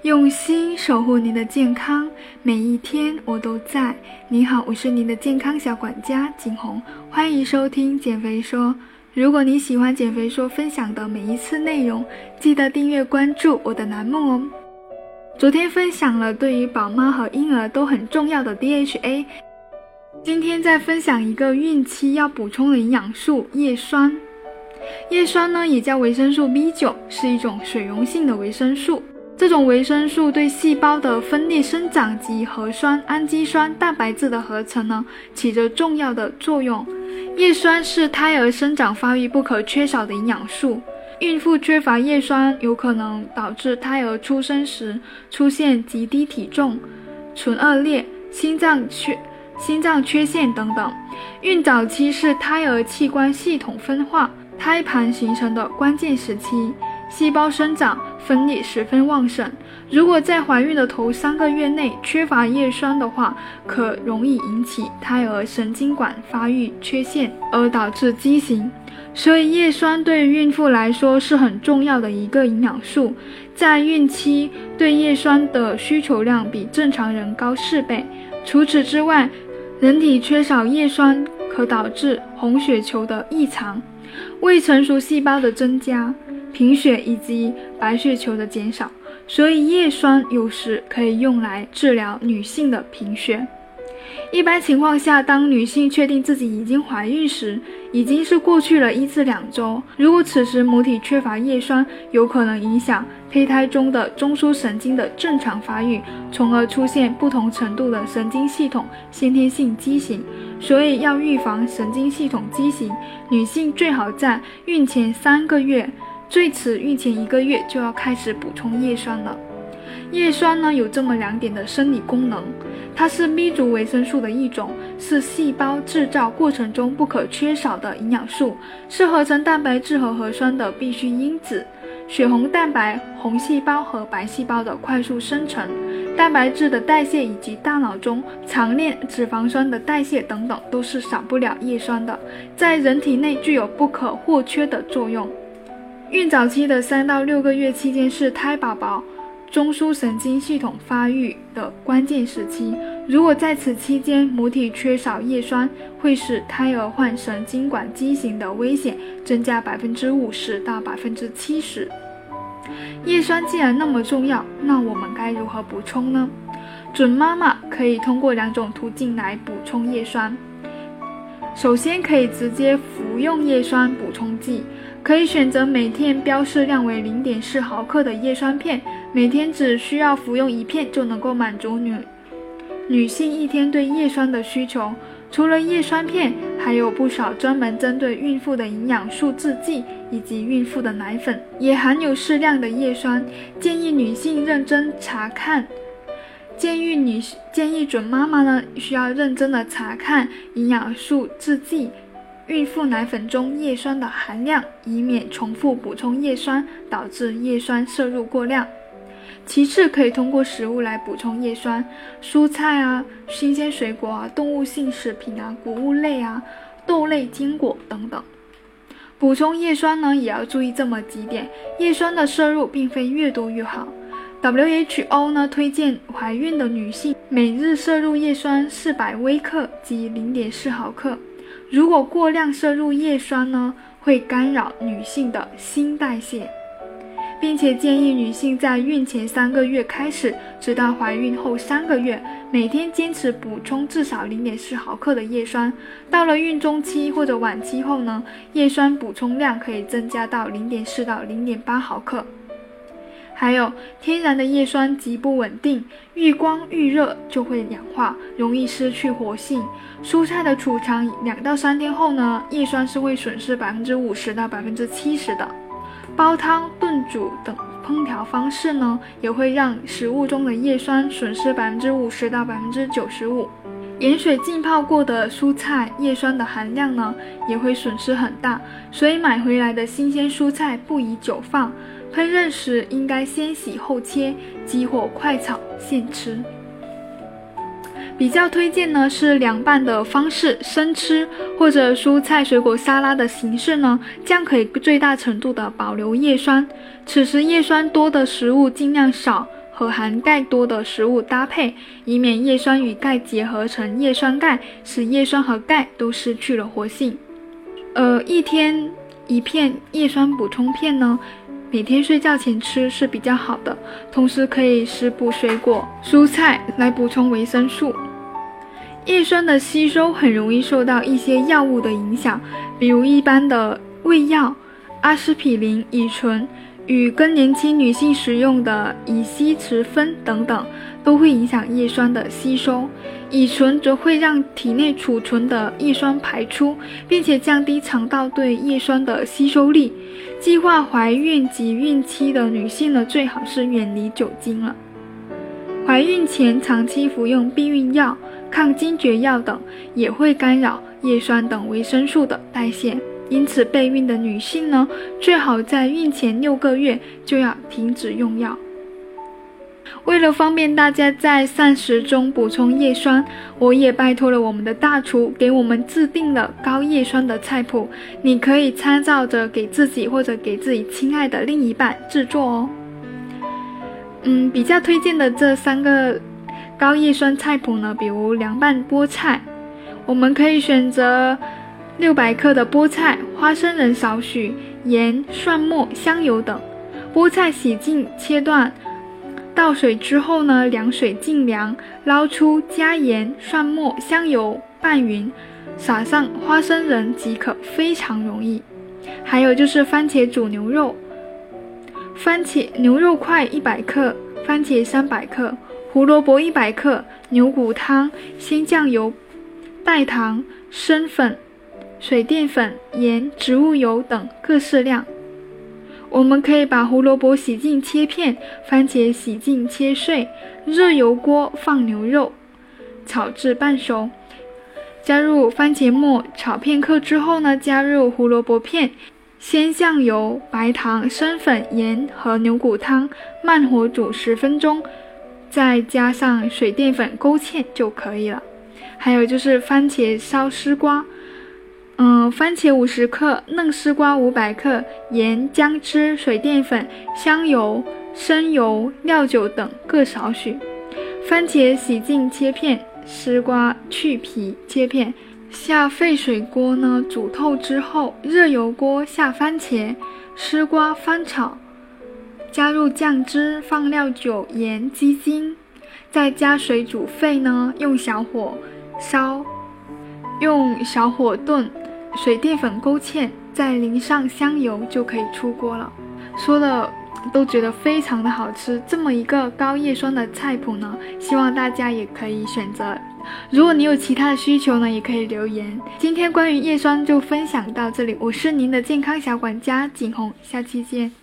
用心守护您的健康，每一天我都在。你好，我是您的健康小管家景红，欢迎收听减肥说。如果你喜欢减肥说分享的每一次内容，记得订阅关注我的栏目哦。昨天分享了对于宝妈和婴儿都很重要的 DHA， 今天再分享一个孕期要补充的营养素叶酸。叶酸呢也叫维生素 B9， 是一种水溶性的维生素。这种维生素对细胞的分裂生长及核酸、氨基酸、蛋白质的合成呢，起着重要的作用。叶酸是胎儿生长发育不可缺少的营养素。孕妇缺乏叶酸，有可能导致胎儿出生时出现极低体重、唇腭裂、心脏缺陷等等。孕早期是胎儿器官系统分化、胎盘形成的关键时期。细胞生长分裂十分旺盛，如果在怀孕的头3个月内缺乏叶酸的话，可容易引起胎儿神经管发育缺陷，而导致畸形。所以叶酸对孕妇来说是很重要的一个营养素，在孕期对叶酸的需求量比正常人高4倍。除此之外，人体缺少叶酸可导致红血球的异常、未成熟细胞的增加、贫血以及白血球的减少，所以叶酸有时可以用来治疗女性的贫血。一般情况下，当女性确定自己已经怀孕时，已经是过去了1至2周。如果此时母体缺乏叶酸，有可能影响胚胎中的中枢神经的正常发育，从而出现不同程度的神经系统先天性畸形。所以要预防神经系统畸形，女性最好在孕前3个月，最迟孕前1个月就要开始补充叶酸了。叶酸呢有这么2点的生理功能，它是 B 族维生素的一种，是细胞制造过程中不可缺少的营养素，是合成蛋白质和核酸的必需因子。血红蛋白、红细胞和白细胞的快速生成，蛋白质的代谢以及大脑中长链脂肪酸的代谢等等，都是少不了叶酸的，在人体内具有不可或缺的作用。孕早期的3到6个月期间是胎宝宝中枢神经系统发育的关键时期，如果在此期间母体缺少叶酸，会使胎儿患神经管畸形的危险增加50%到70%。叶酸既然那么重要，那我们该如何补充呢？准妈妈可以通过2种途径来补充叶酸。首先可以直接服用叶酸补充剂，可以选择每天标示量为 0.4 毫克的叶酸片，每天只需要服用1片就能够满足女性一天对叶酸的需求。除了叶酸片，还有不少专门针对孕妇的营养素制剂以及孕妇的奶粉也含有适量的叶酸，建议女性认真查看。建议准妈妈呢需要认真的查看营养素制剂、孕妇奶粉中叶酸的含量，以免重复补充叶酸导致叶酸摄入过量。其次可以通过食物来补充叶酸，蔬菜啊、新鲜水果啊、动物性食品啊、谷物类啊、豆类、坚果等等。补充叶酸呢也要注意这么几点，叶酸的摄入并非越多越好。WHO 呢推荐怀孕的女性每日摄入叶酸400微克及 0.4 毫克。如果过量摄入叶酸呢，会干扰女性的新代谢，并且建议女性在孕前3个月开始，直到怀孕后3个月，每天坚持补充至少 0.4 毫克的叶酸。到了孕中期或者晚期后呢，叶酸补充量可以增加到 0.4 到 0.8 毫克。还有天然的叶酸极不稳定，遇光遇热就会氧化，容易失去活性。蔬菜的储藏2到3天后呢，叶酸是会损失50%到70%的。煲汤、炖煮等烹调方式呢，也会让食物中的叶酸损失50%到95%。盐水浸泡过的蔬菜叶酸的含量呢，也会损失很大，所以买回来的新鲜蔬菜不宜久放，烹饪时应该先洗后切，急火快炒现吃。比较推荐呢是凉拌的方式，生吃或者蔬菜水果沙拉的形式呢，这样可以最大程度的保留叶酸。此时叶酸多的食物尽量少， 和含钙多的食物搭配，以免叶酸与钙结合成叶酸钙，使叶酸和钙都失去了活性。一天一片叶酸补充片呢，每天睡觉前吃是比较好的，同时可以食补水果、蔬菜来补充维生素。叶酸的吸收很容易受到一些药物的影响，比如一般的胃药、阿司匹林、乙醇与更年期女性使用的乙烯雌酚等等，都会影响叶酸的吸收。乙醇则会让体内储存的叶酸排出，并且降低肠道对叶酸的吸收力。计划怀孕及孕期的女性呢，最好是远离酒精了。怀孕前长期服用避孕药、抗惊厥药等，也会干扰叶酸等维生素的代谢。因此备孕的女性呢，最好在孕前6个月就要停止用药。为了方便大家在膳食中补充叶酸，我也拜托了我们的大厨给我们制定了高叶酸的菜谱，你可以参照着给自己或者给自己亲爱的另一半制作哦。比较推荐的这3个高叶酸菜谱呢，比如凉拌菠菜，我们可以选择600克的菠菜，花生仁少许，盐、蒜末、香油等。菠菜洗净切断，倒水之后呢，凉水浸凉，捞出，加盐、蒜末、香油拌匀，撒上花生仁即可，非常容易。还有就是番茄煮牛肉，番茄牛肉块100克，番茄300克，胡萝卜100克，牛骨汤、鲜酱油、代糖、生粉、水淀粉、盐、植物油等各适量。我们可以把胡萝卜洗净切片，番茄洗净切碎，热油锅放牛肉，炒至半熟，加入番茄末，炒片刻之后呢，加入胡萝卜片、鲜酱油、白糖、生粉、盐和牛骨汤，慢火煮10分钟，再加上水淀粉勾芡就可以了。还有就是番茄烧丝瓜，番茄50克，嫩丝瓜500克，盐、姜汁、水淀粉、香油、生油、料酒等各少许。番茄洗净切片，丝瓜去皮切片。下沸水锅呢，煮透之后，热油锅下番茄、丝瓜翻炒，加入酱汁，放料酒、盐、鸡精，再加水煮沸呢，用小火烧，用小火炖，水淀粉勾芡，再淋上香油就可以出锅了。说的都觉得非常的好吃，这么一个高叶酸的菜谱呢，希望大家也可以选择。如果你有其他的需求呢，也可以留言。今天关于叶酸就分享到这里，我是您的健康小管家景红，下期见。